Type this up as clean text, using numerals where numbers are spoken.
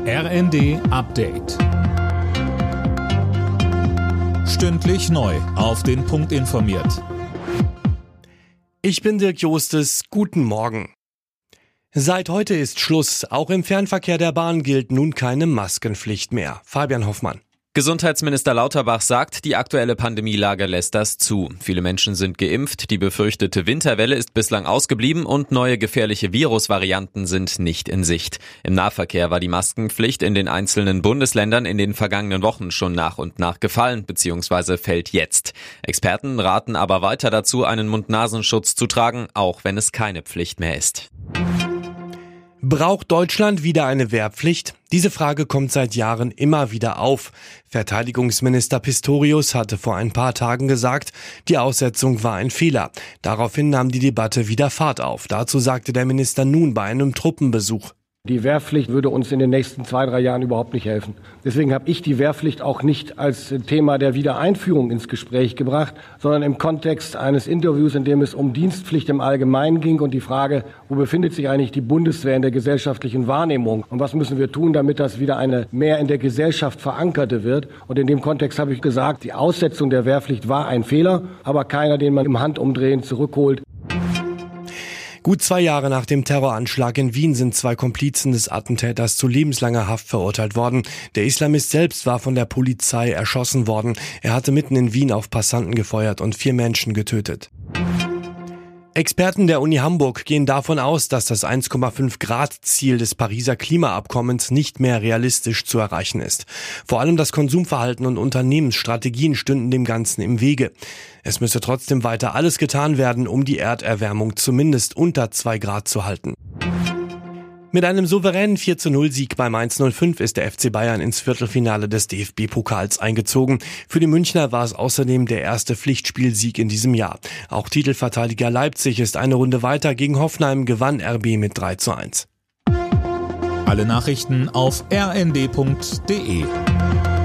RND Update. Stündlich neu auf den Punkt informiert. Ich bin Dirk Jostes. Guten Morgen. Seit heute ist Schluss. Auch im Fernverkehr der Bahn gilt nun keine Maskenpflicht mehr. Fabian Hoffmann. Gesundheitsminister Lauterbach sagt, die aktuelle Pandemielage lässt das zu. Viele Menschen sind geimpft, die befürchtete Winterwelle ist bislang ausgeblieben und neue gefährliche Virusvarianten sind nicht in Sicht. Im Nahverkehr war die Maskenpflicht in den einzelnen Bundesländern in den vergangenen Wochen schon nach und nach gefallen bzw. fällt jetzt. Experten raten aber weiter dazu, einen Mund-Nasenschutz zu tragen, auch wenn es keine Pflicht mehr ist. Braucht Deutschland wieder eine Wehrpflicht? Diese Frage kommt seit Jahren immer wieder auf. Verteidigungsminister Pistorius hatte vor ein paar Tagen gesagt, die Aussetzung war ein Fehler. Daraufhin nahm die Debatte wieder Fahrt auf. Dazu sagte der Minister nun bei einem Truppenbesuch: Die Wehrpflicht würde uns in den nächsten 2-3 Jahren überhaupt nicht helfen. Deswegen habe ich die Wehrpflicht auch nicht als Thema der Wiedereinführung ins Gespräch gebracht, sondern im Kontext eines Interviews, in dem es um Dienstpflicht im Allgemeinen ging und die Frage, wo befindet sich eigentlich die Bundeswehr in der gesellschaftlichen Wahrnehmung und was müssen wir tun, damit das wieder eine mehr in der Gesellschaft verankerte wird. Und in dem Kontext habe ich gesagt, die Aussetzung der Wehrpflicht war ein Fehler, aber keiner, den man im Handumdrehen zurückholt. Gut 2 Jahre nach dem Terroranschlag in Wien sind 2 Komplizen des Attentäters zu lebenslanger Haft verurteilt worden. Der Islamist selbst war von der Polizei erschossen worden. Er hatte mitten in Wien auf Passanten gefeuert und 4 Menschen getötet. Experten der Uni Hamburg gehen davon aus, dass das 1,5-Grad-Ziel des Pariser Klimaabkommens nicht mehr realistisch zu erreichen ist. Vor allem das Konsumverhalten und Unternehmensstrategien stünden dem Ganzen im Wege. Es müsse trotzdem weiter alles getan werden, um die Erderwärmung zumindest unter 2 Grad zu halten. Mit einem souveränen 4:0-Sieg bei Mainz 05 ist der FC Bayern ins Viertelfinale des DFB-Pokals eingezogen. Für die Münchner war es außerdem der erste Pflichtspielsieg in diesem Jahr. Auch Titelverteidiger Leipzig ist eine Runde weiter. Gegen Hoffenheim gewann RB mit 3:1. Alle Nachrichten auf rnd.de.